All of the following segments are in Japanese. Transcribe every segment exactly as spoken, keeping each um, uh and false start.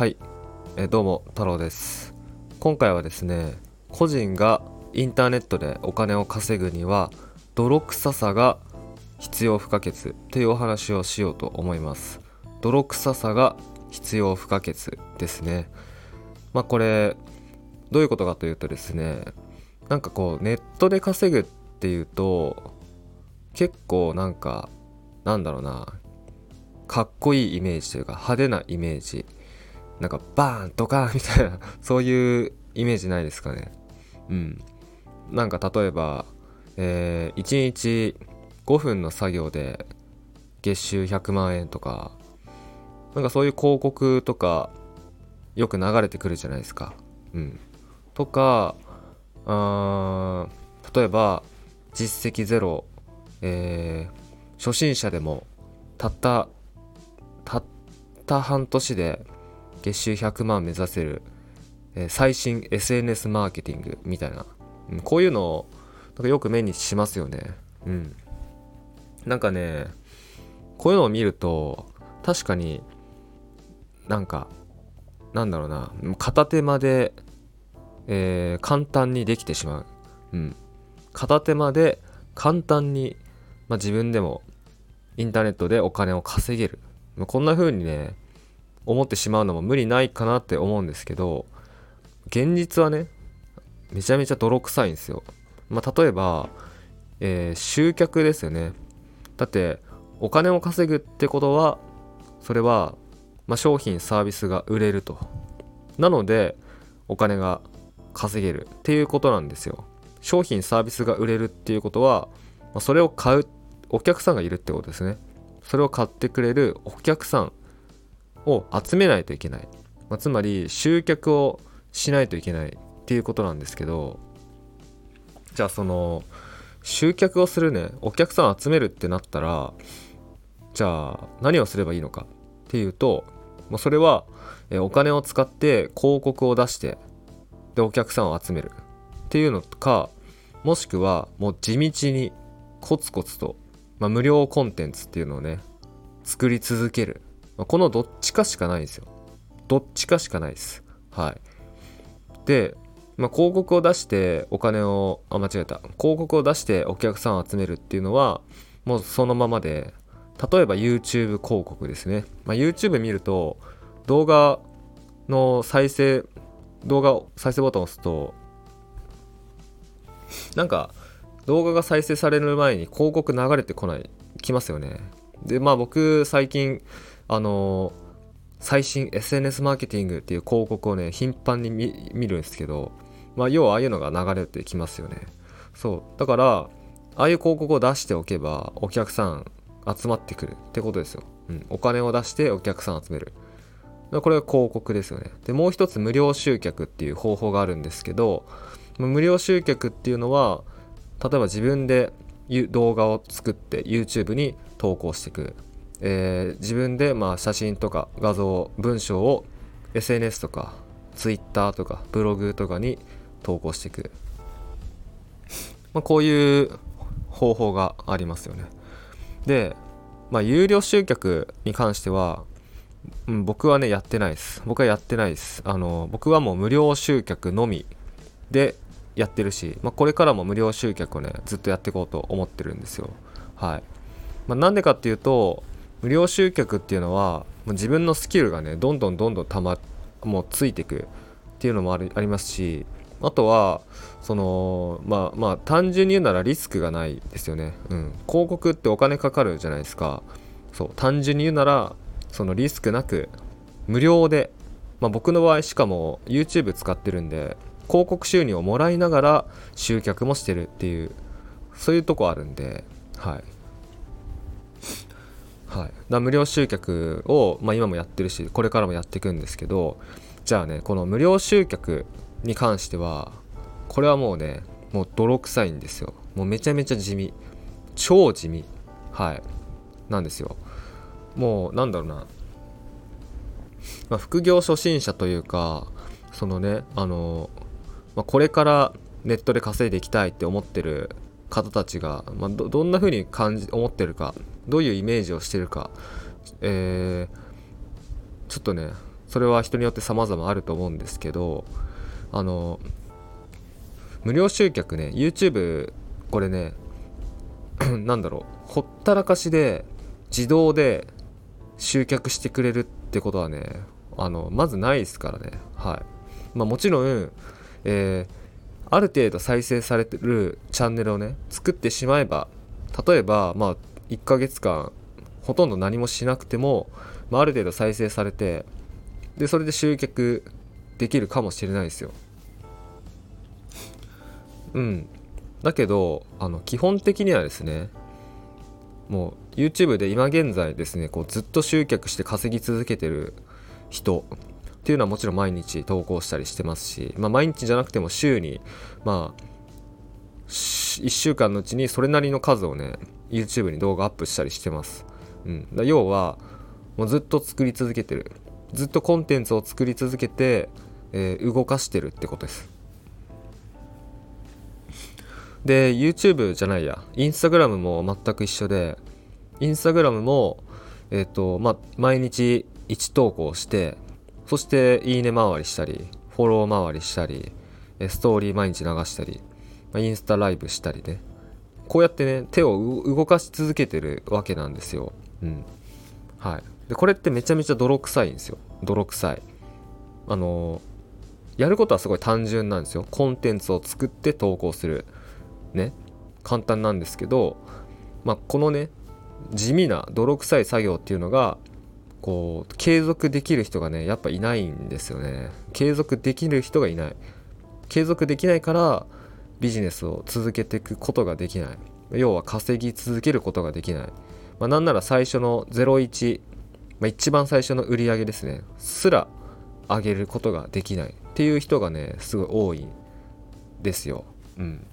はい、えーどうも太郎です。今回はですね、個人がインターネットでお金を稼ぐには泥臭さが必要不可欠というお話をしようと思います。泥臭さが必要不可欠ですね。まあこれどういうことかというとですね、なんかこうネットで稼ぐっていうと結構なんかなんだろうな、かっこいいイメージというか派手なイメージ、なんかバーンドカーンみたいなそういうイメージないですかね。うん。なんか例えば、えー、いちにちごふんの作業で月収ひゃくまん円とか、なんかそういう広告とかよく流れてくるじゃないですか。うん。とか、あー例えば実績ゼロ、えー初心者でもたったたった半年で月収ひゃくまん目指せる、えー最新 エスエヌエス マーケティングみたいな、うん、こういうのをなんかよく目にしますよね。うん。なんかね、こういうのを見ると確かになんかなんだろうな、片手間で、えー簡単にできてしまう。うん。片手間で簡単に、まあ、自分でもインターネットでお金を稼げる。まあこんな風にね思ってしまうのも無理ないかなって思うんですけど、現実はねめちゃめちゃ泥臭いんですよ。まあ、例えば、えー集客ですよね。だってお金を稼ぐってことはそれは、まあ、商品サービスが売れると、なのでお金が稼げるっていうことなんですよ。商品サービスが売れるっていうことは、まあ、それを買うお客さんがいるってことですね。それを買ってくれるお客さんを集めないといけない、まあ、つまり集客をしないといけないっていうことなんですけど、じゃあその集客をするねお客さんを集めるってなったら、じゃあ何をすればいいのかっていうと、まあ、それはえお金を使って広告を出してでお客さんを集めるっていうのか、もしくはもう地道にコツコツと、まあ、無料コンテンツっていうのをね作り続ける、まあ、このどっちかしかないんですよ。どっちかしかないです。はい。で、まあ、広告を出してお金をあ間違えた広告を出してお客さんを集めるっていうのはもうそのままで、例えば YouTube 広告ですね。まあ、YouTube 見ると動画の再生動画再生ボタンを押すとなんか動画が再生される前に広告流れてこないきますよね。でまあ僕最近あのー最新 エスエヌエス マーケティングっていう広告をね頻繁に 見, 見るんですけど、まあ要はああいうのが流れてきますよね。そうだからああいう広告を出しておけばお客さん集まってくるってことですよ。うん、お金を出してお客さん集める、これは広告ですよね。でもう一つ無料集客っていう方法があるんですけど、無料集客っていうのは例えば自分で動画を作って YouTube に投稿していく、えー自分でまあ写真とか画像文章を エスエヌエス とか Twitter とかブログとかに投稿していく、まあ、こういう方法がありますよね。で、まあ、有料集客に関しては、うん、僕はねやってないです。僕はやってないです。あの僕はもう無料集客のみでやってるし、まあ、これからも無料集客をねずっとやっていこうと思ってるんですよ。はい。まあ、なんでかっていうと無料集客っていうのはもう自分のスキルがねどんどんどんどんたまもうついていくっていうのもあり、ありますし、あとはそのまあまあ単純に言うならリスクがないですよね。うん、広告ってお金かかるじゃないですか。そう単純に言うならそのリスクなく無料で、まあ、僕の場合しかも YouTube 使ってるんで広告収入をもらいながら集客もしてるっていうそういうとこあるんで、はいはい、だ無料集客を、まあ、今もやってるしこれからもやっていくんですけど、じゃあねこの無料集客に関してはこれはもうねもう泥臭いんですよ。もうめちゃめちゃ地味、超地味、はいなんですよ。もうなんだろうな、まあ、副業初心者というかそのねあの、まあ、これからネットで稼いでいきたいって思ってる方たちが、まあ、ど, どんな風に感じ思ってるか、どういうイメージをしてるか、えー、ちょっとねそれは人によって様々あると思うんですけど、あの無料集客ね、 YouTube これねなんだろう、ほったらかしで自動で集客してくれるってことはね、あのまずないですからね。はい。まあもちろん、えーある程度再生されてるチャンネルをね作ってしまえば、例えばまあいっかげつかんほとんど何もしなくても、まあ、ある程度再生されて、でそれで集客できるかもしれないですよ。うんだけど、あの基本的にはですね、もう YouTube で今現在ですね、こうずっと集客して稼ぎ続けてる人っていうのはもちろん毎日投稿したりしてますし、まあ、毎日じゃなくても週にまあいっしゅうかんのうちにそれなりの数をね YouTube に動画アップしたりしてます。うん、だ要はもうずっと作り続けてる、ずっとコンテンツを作り続けて、えー動かしてるってことです。で YouTube じゃないや Instagram も全く一緒で、 Instagram もえっ、とまあ毎日いち投稿して、そしていいね回りしたりフォロー回りしたり、えストーリー毎日流したり、まあインスタライブしたりね、こうやってね手を動かし続けてるわけなんですよ。うんはいでこれってめちゃめちゃ泥臭いんですよ。泥臭い。あのーやることはすごい単純なんですよ。コンテンツを作って投稿するね、簡単なんですけど、まあこのね地味な泥臭い作業っていうのがこう継続できる人がねやっぱいないんですよね。継続できる人がいない。継続できないからビジネスを続けていくことができない。要は稼ぎ続けることができない。まあ、なんなら最初のゼロイチ、まあ、一番最初の売り上げですねすら上げることができないっていう人がねすごい多いんですよ。うん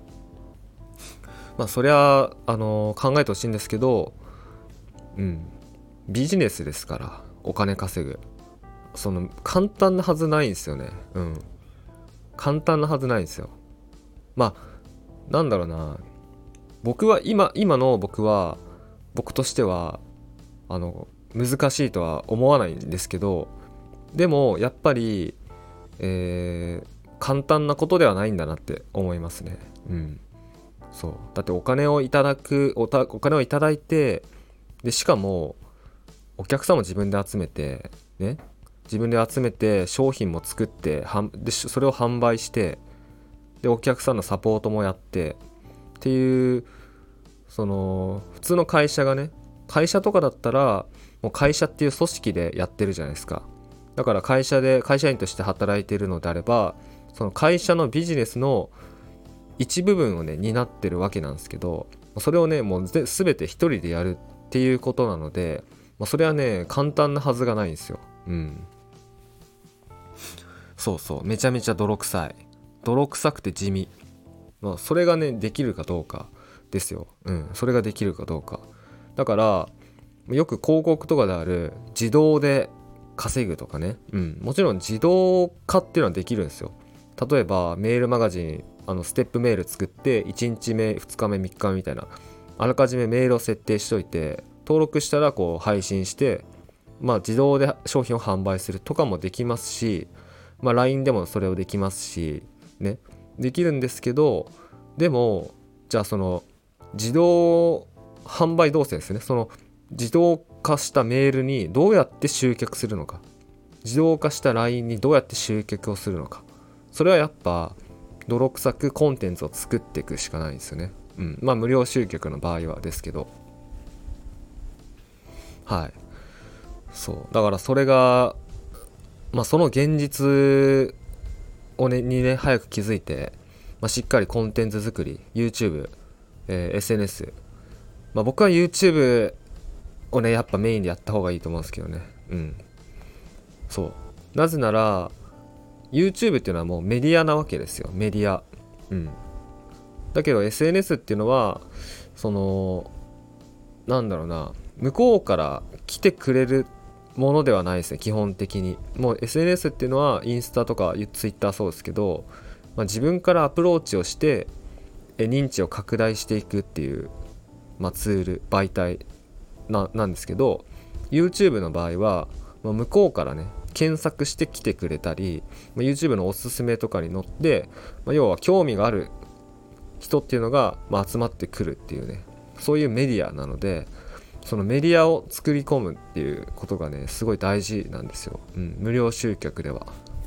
まあそりゃあのー考えてほしいんですけど、うんビジネスですからお金稼ぐ、その簡単なはずないんですよね。うん簡単なはずないんですよ。まあなんだろうな、僕は今今の僕は僕としてはあの難しいとは思わないんですけど、でもやっぱり、えー簡単なことではないんだなって思いますね。うんそうだってお金をいただくおたお金をいただいて、でしかもお客さんも自分で集めてね、自分で集めて商品も作ってはんでそれを販売して、でお客さんのサポートもやってっていう、その普通の会社がね、会社とかだったらもう会社っていう組織でやってるじゃないですか。だから会社で会社員として働いているのであれば、その会社のビジネスの一部分をね担ってるわけなんですけど、それをねもう全て一人でやるっていうことなので、まあ、それはね簡単なはずがないんですよ。うんそうそう、めちゃめちゃ泥臭い、泥臭くて地味、まあ、それがねできるかどうかですよ。うんそれができるかどうかだから、よく広告とかである自動で稼ぐとかね、うん、もちろん自動化っていうのはできるんですよ。例えばメールマガジン、あのステップメール作っていちにちめふつかめみっかめみたいな、あらかじめメールを設定しといて登録したらこう配信して、まあ自動で商品を販売するとかもできますし、まあ ライン でもそれをできますしね、できるんですけど、でもじゃあその自動販売動線ですね、その自動化したメールにどうやって集客するのか、自動化した ライン にどうやって集客をするのか、それはやっぱ泥臭くコンテンツを作っていくしかないんですよね。うん、まあ無料集客の場合はですけど、はいそうだからそれがまあその現実をねにね早く気づいて、まあ、しっかりコンテンツ作り YouTube、えー、エスエヌエス、まあ僕は YouTube をねやっぱメインでやった方がいいと思うんですけどね。うんそうなぜなら YouTube っていうのはもうメディアなわけですよ、メディア。うんだけど エスエヌエス っていうのはそのなんだろうな、向こうから来てくれるものではないですね、基本的に。もう エスエヌエス っていうのはインスタとかツイッターそうですけど、まあ、自分からアプローチをしてえ認知を拡大していくっていう、まあ、ツール媒体 な, なんですけど YouTube の場合は、まあ、向こうからね検索して来てくれたり、まあ、YouTube のおすすめとかに載って、まあ、要は興味がある人っていうのが、まあ、集まってくるっていうね、そういうメディアなので、そのメディアを作り込むっていうことがねすごい大事なんですよ、うん、無料集客では。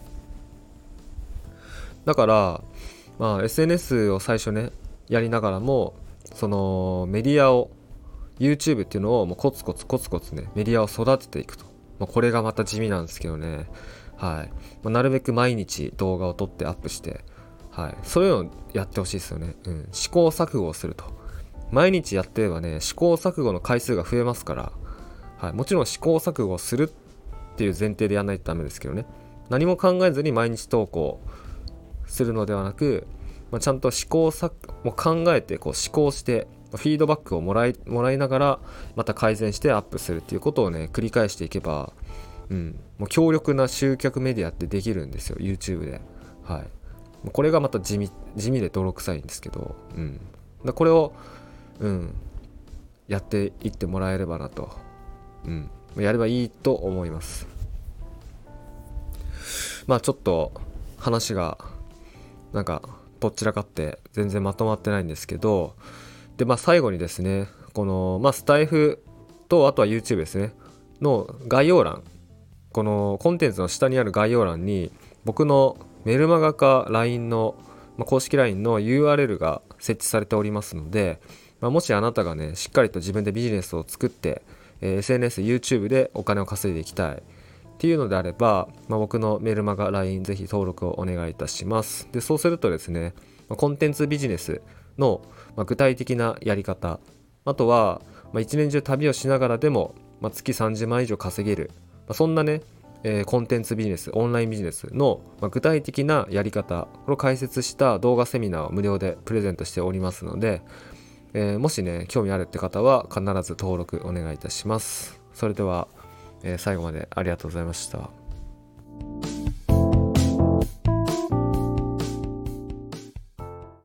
だから、まあ、エスエヌエス を最初ねやりながらも、そのメディアを YouTube っていうのをもうコツコツコツコツねメディアを育てていくと、まあ、これがまた地味なんですけどね、はい、まあ、なるべく毎日動画を撮ってアップして、はい、そういうのをやってほしいですよね、うん、試行錯誤をすると。毎日やってればね試行錯誤の回数が増えますから、はい、もちろん試行錯誤するっていう前提でやらないとダメですけどね、何も考えずに毎日投稿するのではなく、まあ、ちゃんと試行錯誤考えてこう試行してフィードバックをもらい、もらいながらまた改善してアップするっていうことをね繰り返していけば、うん、もう強力な集客メディアってできるんですよ YouTube で、はい、これがまた地味、地味で泥臭いんですけど、うん、だこれをうん、やっていってもらえればなと、うん、やればいいと思います。まあちょっと話がなんかどっちらかって全然まとまってないんですけど、でまあ最後にですね、このまあスタイフとあとは YouTube ですねの概要欄、このコンテンツの下にある概要欄に僕のメルマガか ライン の、まあ、公式 ライン の ユーアールエル が設置されておりますので、まあ、もしあなたがねしっかりと自分でビジネスを作って、えー、エスエヌエス、YouTube でお金を稼いでいきたいっていうのであれば、まあ、僕のメルマガ ライン ぜひ登録をお願いいたします。でそうするとですね、コンテンツビジネスの具体的なやり方、あとは一年中旅をしながらでも月さんじゅうまん以上稼げる、そんなねえー、コンテンツビジネス、オンラインビジネスの、まあ、具体的なやり方を解説した動画セミナーを無料でプレゼントしておりますので、えー、もしね興味あるって方は必ず登録お願いいたします。それでは、えー、最後までありがとうございました。